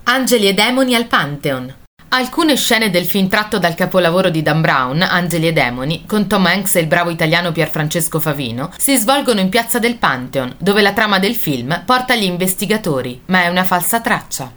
Angeli e demoni al Pantheon. Alcune scene del film tratto dal capolavoro di Dan Brown, Angeli e demoni, con Tom Hanks e il bravo italiano Pierfrancesco Favino, si svolgono in piazza del Pantheon, dove la trama del film porta gli investigatori, ma è una falsa traccia.